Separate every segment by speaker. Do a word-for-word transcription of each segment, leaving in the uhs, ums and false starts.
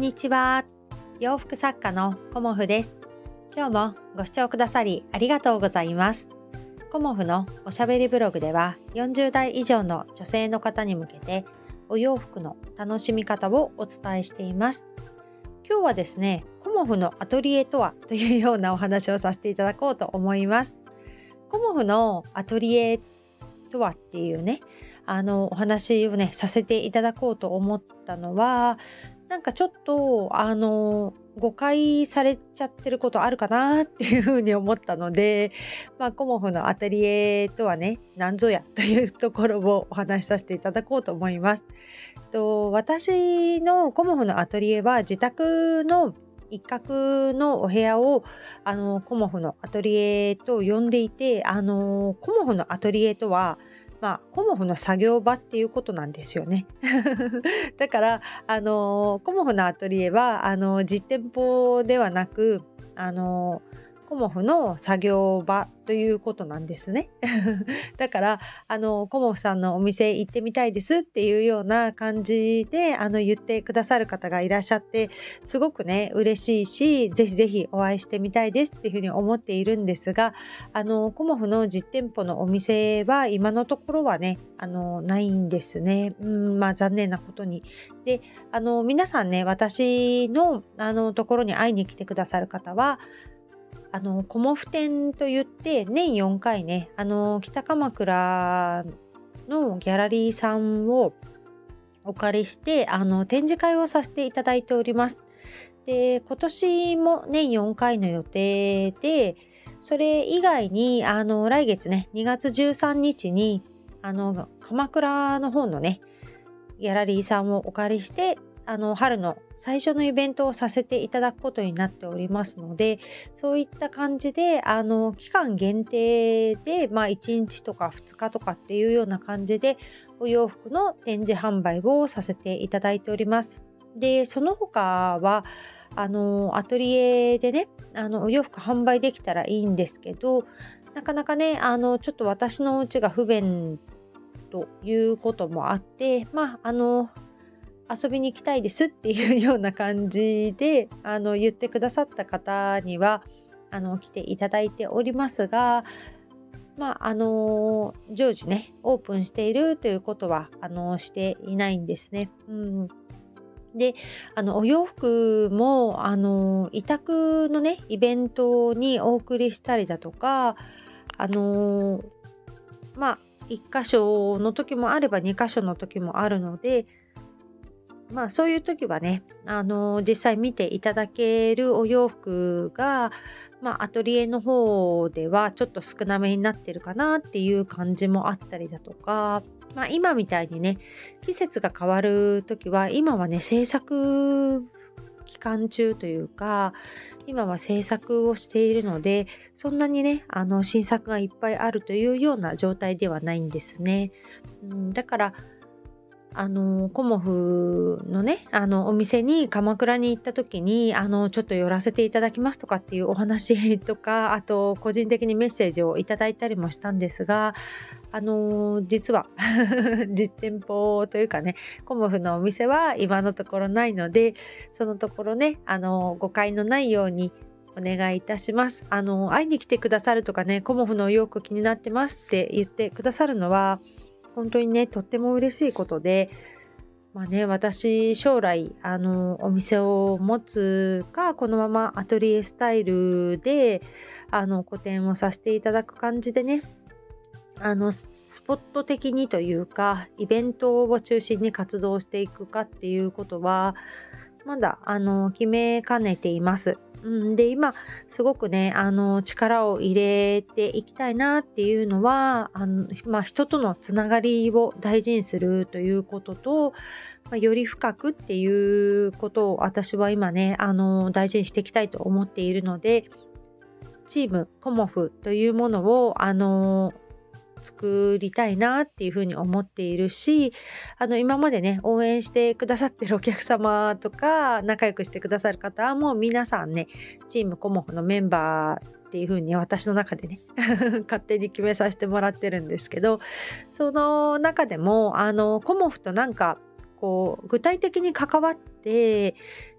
Speaker 1: にちは。洋服作家のコモフです。今日もご視聴くださりありがとうございます。コモフのおしゃべりブログではよんじゅうだい以上の女性の方に向けてお洋服の楽しみ方をお伝えしています。今日はですね、コモフのアトリエとはというようなお話をさせていただこうと思います。コモフのアトリエとはっていうね、あのお話をねさせていただこうと思ったのは、なんかちょっとあの誤解されちゃってることあるかなっていうふうに思ったので、まあ、コモフのアトリエとはね何ぞやというところをお話しさせていただこうと思います。と私のコモフのアトリエは自宅の一角のお部屋をあのコモフのアトリエと呼んでいて、あのコモフのアトリエとはまあ、コモフの作業場っていうことなんですよね。だからあのコモフのアトリエはあの実店舗ではなく、あのコモフの作業場ということなんですね。だからあのコモフさんのお店行ってみたいですっていうような感じであの言ってくださる方がいらっしゃって、すごくね嬉しいし、ぜひぜひお会いしてみたいですっていうふうに思っているんですが、あのコモフの実店舗のお店は今のところはねあのないんですね。うんまあ残念なことに。であの皆さんね、私のあのところに会いに来てくださる方はあのコモフ展といって年よんかいね、あの北鎌倉のギャラリーさんをお借りしてあの展示会をさせていただいております。で今年も年よんかいの予定で、それ以外にあの来月ねにがつじゅうさんにちにあの鎌倉の方のねギャラリーさんをお借りしてあの春の最初のイベントをさせていただくことになっておりますので、そういった感じであの期間限定で、まあ、いちにちとかふつかとかっていうような感じでお洋服の展示販売をさせていただいております。でその他はあのアトリエでねあのお洋服販売できたらいいんですけど、なかなかねあのちょっと私のうちが不便ということもあって、まああの遊びに行きたいですっていうような感じであの言ってくださった方にはあの来ていただいておりますが、まああの常時ねオープンしているということはあのしていないんですね。うんであのお洋服もあの委託のねイベントにお送りしたりだとか、あのまあいっ箇所の時もあればに箇所の時もあるので、まあそういう時はね、あの実際見ていただけるお洋服が、まあアトリエの方ではちょっと少なめになってるかなっていう感じもあったりだとか、まあ今みたいにね、季節が変わる時は、今はね、制作期間中というか、今は制作をしているので、そんなにね、あの新作がいっぱいあるというような状態ではないんですね。うん、だからあのコモフのねあのお店に鎌倉に行った時にあのちょっと寄らせていただきますとかっていうお話とか、あと個人的にメッセージをいただいたりもしたんですが、あの実は実店舗というかねコモフのお店は今のところないので、そのところねあの誤解のないようにお願いいたします。あの会いに来てくださるとかね、コモフのお洋服気になってますって言ってくださるのは本当にねとっても嬉しいことで、まあね私将来あのお店を持つか、このままアトリエスタイルであの個展をさせていただく感じでね、あのスポット的にというかイベントを中心に活動していくかっていうことはまだあの決めかねています。うん、で今すごくねあの力を入れていきたいなっていうのはあの、まあ、人とのつながりを大事にするということと、まあ、より深くっていうことを私は今ねあの大事にしていきたいと思っているので、チームコモフというものをあの作りたいなっていうふうに思っているし、あの今までね応援してくださってるお客様とか仲良くしてくださる方はもう皆さんねチームコモフのメンバーっていうふうに私の中でね勝手に決めさせてもらってるんですけど、その中でもあのコモフとなんかこう具体的に関わって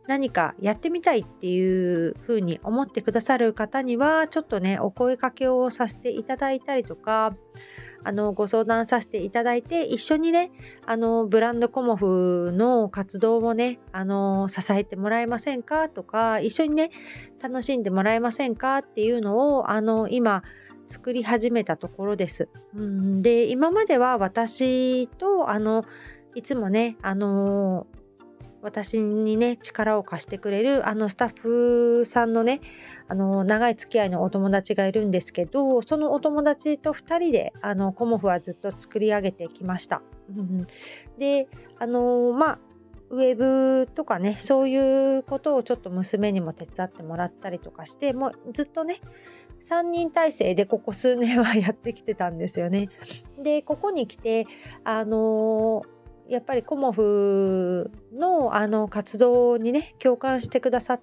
Speaker 1: 何かやってみたいっていうふうに思ってくださる方にはちょっとねお声かけをさせていただいたりとか、あのご相談させていただいて、一緒にねあのブランドコモフの活動をねあの支えてもらえませんかとか、一緒にね楽しんでもらえませんかっていうのをあの今作り始めたところです。うん、で今までは私とあのいつもねあの私にね力を貸してくれるあのスタッフさんのねあの長い付き合いのお友達がいるんですけど、そのお友達とふたりであのコモフはずっと作り上げてきました。うん、であのまあウェブとかねそういうことをちょっと娘にも手伝ってもらったりとかして、もうずっとねさんにん体制でここ数年はやってきてたんですよね。でここに来てあのやっぱりコモフのあの活動にね共感してくださって、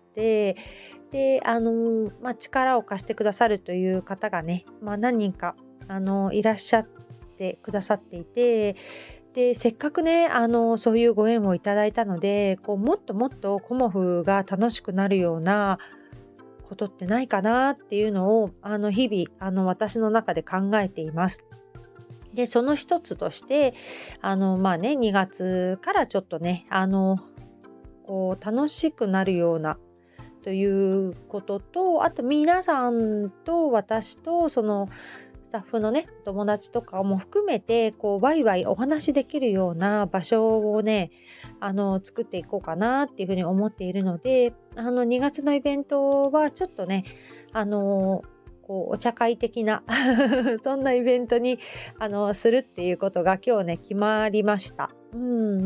Speaker 1: であの、まあ、力を貸してくださるという方がね、まあ、何人かあのいらっしゃってくださっていて、でせっかくねあのそういうご縁をいただいたので、こうもっともっとコモフが楽しくなるようなことってないかなっていうのをあの日々あの私の中で考えています。でその一つとしてあのまあねにがつからちょっとねあのこう楽しくなるようなということと、あと皆さんと私とそのスタッフのね友達とかも含めてこうワイワイお話できるような場所をねあの作っていこうかなっていうふうに思っているので、あのにがつのイベントはちょっとねあのこうお茶会的なそんなイベントにあのするっていうことが今日ね決まりました。うん、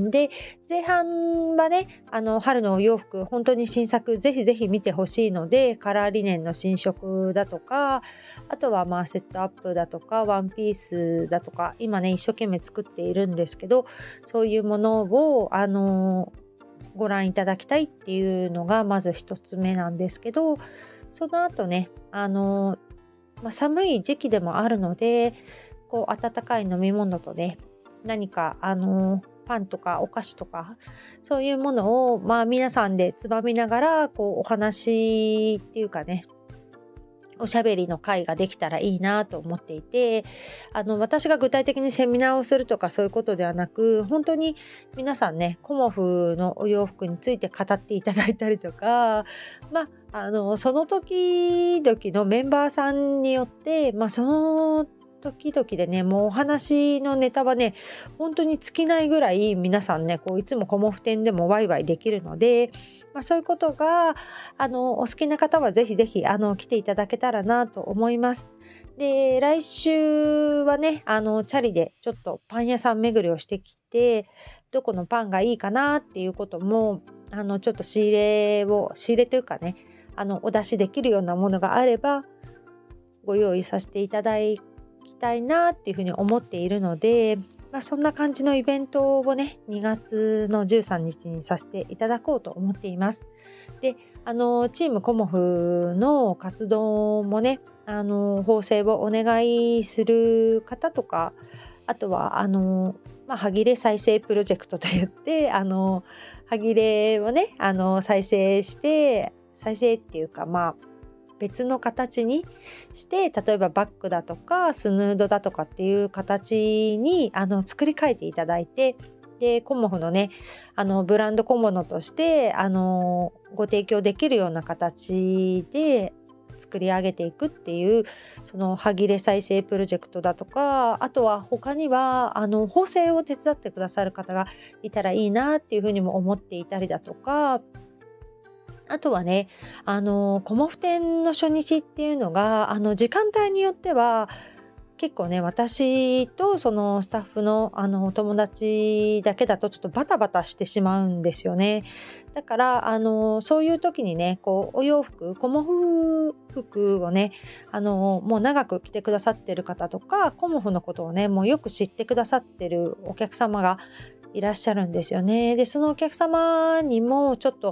Speaker 1: で前半はねあの春のお洋服本当に新作ぜひぜひ見てほしいので、カラーリネンの新色だとか、あとはまあセットアップだとかワンピースだとか今ね一生懸命作っているんですけど、そういうものをあのご覧いただきたいっていうのがまず一つ目なんですけど、その後ねあのまあ、寒い時期でもあるので、こう温かい飲み物とね何かあのパンとかお菓子とかそういうものを、まあ、皆さんでつまみながらこうお話っていうかねおしゃべりの会ができたらいいなと思っていて、あの私が具体的にセミナーをするとかそういうことではなく、本当に皆さんねコモフのお洋服について語っていただいたりとか、まあ、あのその時々のメンバーさんによって、まあ、その時々でねもうお話のネタはね本当に尽きないぐらい皆さんねこういつもコモフ展でもワイワイできるので、まあ、そういうことがあのお好きな方はぜひぜひあの来ていただけたらなと思います。で来週はねあのチャリでちょっとパン屋さん巡りをしてきて、どこのパンがいいかなっていうこともあのちょっと仕入れを仕入れというかねあのお出しできるようなものがあればご用意させていただきたいなっていうふうに思っているので、まあ、そんな感じのイベントをねにがつのじゅうさんにちにさせていただこうと思っています。であのチームコモフの活動もねあの縫製をお願いする方とか、あとはあの、まあ、はぎれ再生プロジェクトといってあのはぎれをねあの再生して再生っていうかまあ別の形にして、例えばバッグだとかスヌードだとかっていう形にあの作り変えていただいて、でコモフのねあのブランド小物としてあのご提供できるような形で作り上げていくっていうそのはぎれ再生プロジェクトだとか、あとは他にはあの縫製を手伝ってくださる方がいたらいいなっていうふうにも思っていたりだとか、あとはねあのコモフ展の初日っていうのがあの時間帯によっては結構ね私とそのスタッフのあのお友達だけだとちょっとバタバタしてしまうんですよね。だからあのそういう時にねこうお洋服コモフ服をねあのもう長く着てくださってる方とか、コモフのことをねもうよく知ってくださってるお客様がいらっしゃるんですよね。でそのお客様にもちょっと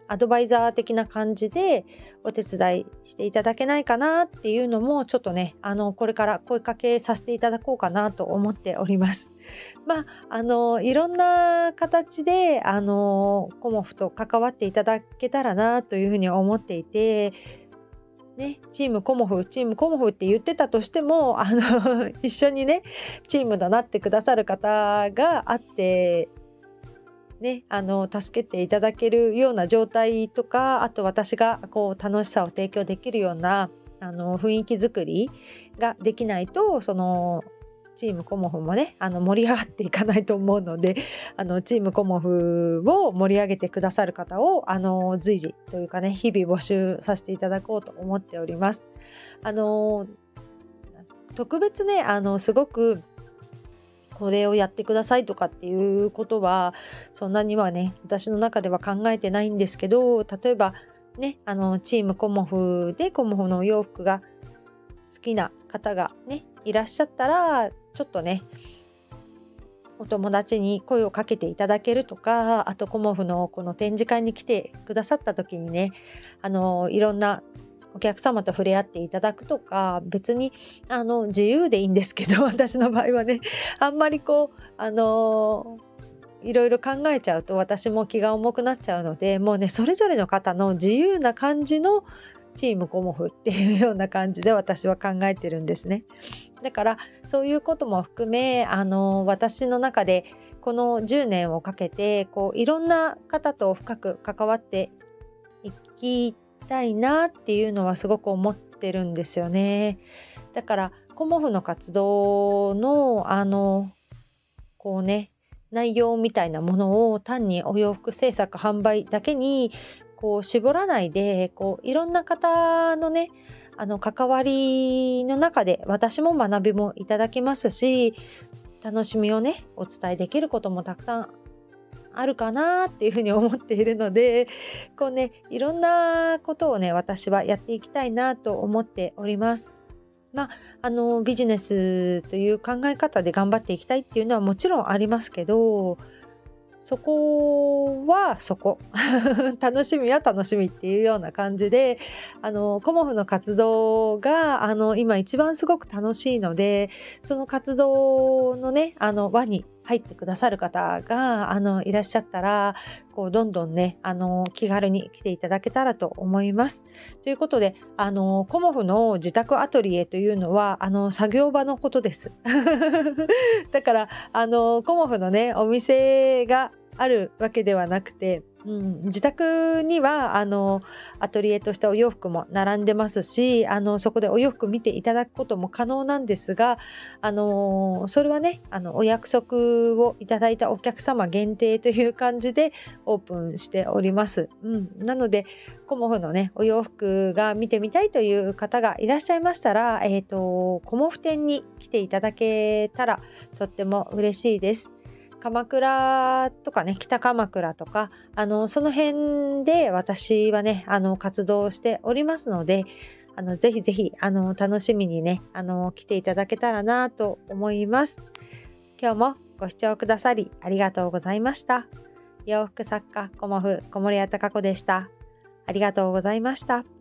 Speaker 1: アドバイザー的な感じでお手伝いしていただけないかなっていうのもちょっとね、あのこれから声かけさせていただこうかなと思っております。まあ、あのいろんな形であのコモフと関わっていただけたらなというふうに思っていて、ね、チームコモフチームコモフって言ってたとしても、あの一緒にねチームとなってくださる方があってね、あの助けていただけるような状態とか、あと私がこう楽しさを提供できるようなあの雰囲気作りができないと、そのチームコモフもねあの盛り上がっていかないと思うので、あのチームコモフを盛り上げてくださる方をあの随時というかね日々募集させていただこうと思っております。あの特別ねあのすごくこれをやってくださいとかっていうことはそんなにはね私の中では考えてないんですけど、例えばねあのチームコモフでコモフのお洋服が好きな方がねいらっしゃったら、ちょっとねお友達に声をかけていただけるとか、あとコモフのこの展示会に来てくださった時にねあのいろんなお客様と触れ合っていただくとか、別にあの自由でいいんですけど、私の場合はねあんまりこうあのいろいろ考えちゃうと私も気が重くなっちゃうので、もうねそれぞれの方の自由な感じのチームコモフっていうような感じで私は考えてるんですね。だからそういうことも含め、あの私の中でこのじゅうねんをかけてこういろんな方と深く関わっていきたいなっていうのはすごく思ってるんですよね。だからコモフの活動のあのこうね内容みたいなものを単にお洋服制作販売だけにこう絞らないで、こういろんな方のねあの関わりの中で私も学びもいただきますし、楽しみをねお伝えできることもたくさんあるかなっていうふうに思っているので、こうねいろんなことをね私はやっていきたいなと思っております。まあ、あのビジネスという考え方で頑張っていきたいっていうのはもちろんありますけど、そこはそこ楽しみは楽しみっていうような感じで、あのコモフの活動があの今一番すごく楽しいので、その活動のねあの輪に入ってくださる方があのいらっしゃったら、こうどんどんねあの気軽に来ていただけたらと思います。ということで、あのコモフの自宅アトリエというのはあの作業場のことですだからあのコモフのねお店があるわけではなくて、うん、自宅にはあのアトリエとしてお洋服も並んでますし、あのそこでお洋服見ていただくことも可能なんですが、あのそれはねあのお約束をいただいたお客様限定という感じでオープンしております。うん、なのでコモフのねお洋服が見てみたいという方がいらっしゃいましたら、えーと、コモフ店に来ていただけたらとっても嬉しいです。鎌倉とかね北鎌倉とかあのその辺で私はねあの活動しておりますので、あのぜひぜひあの楽しみにねあの来ていただけたらなと思います。今日もご視聴くださりありがとうございました。洋服作家コモフ小森屋隆子でした。ありがとうございました。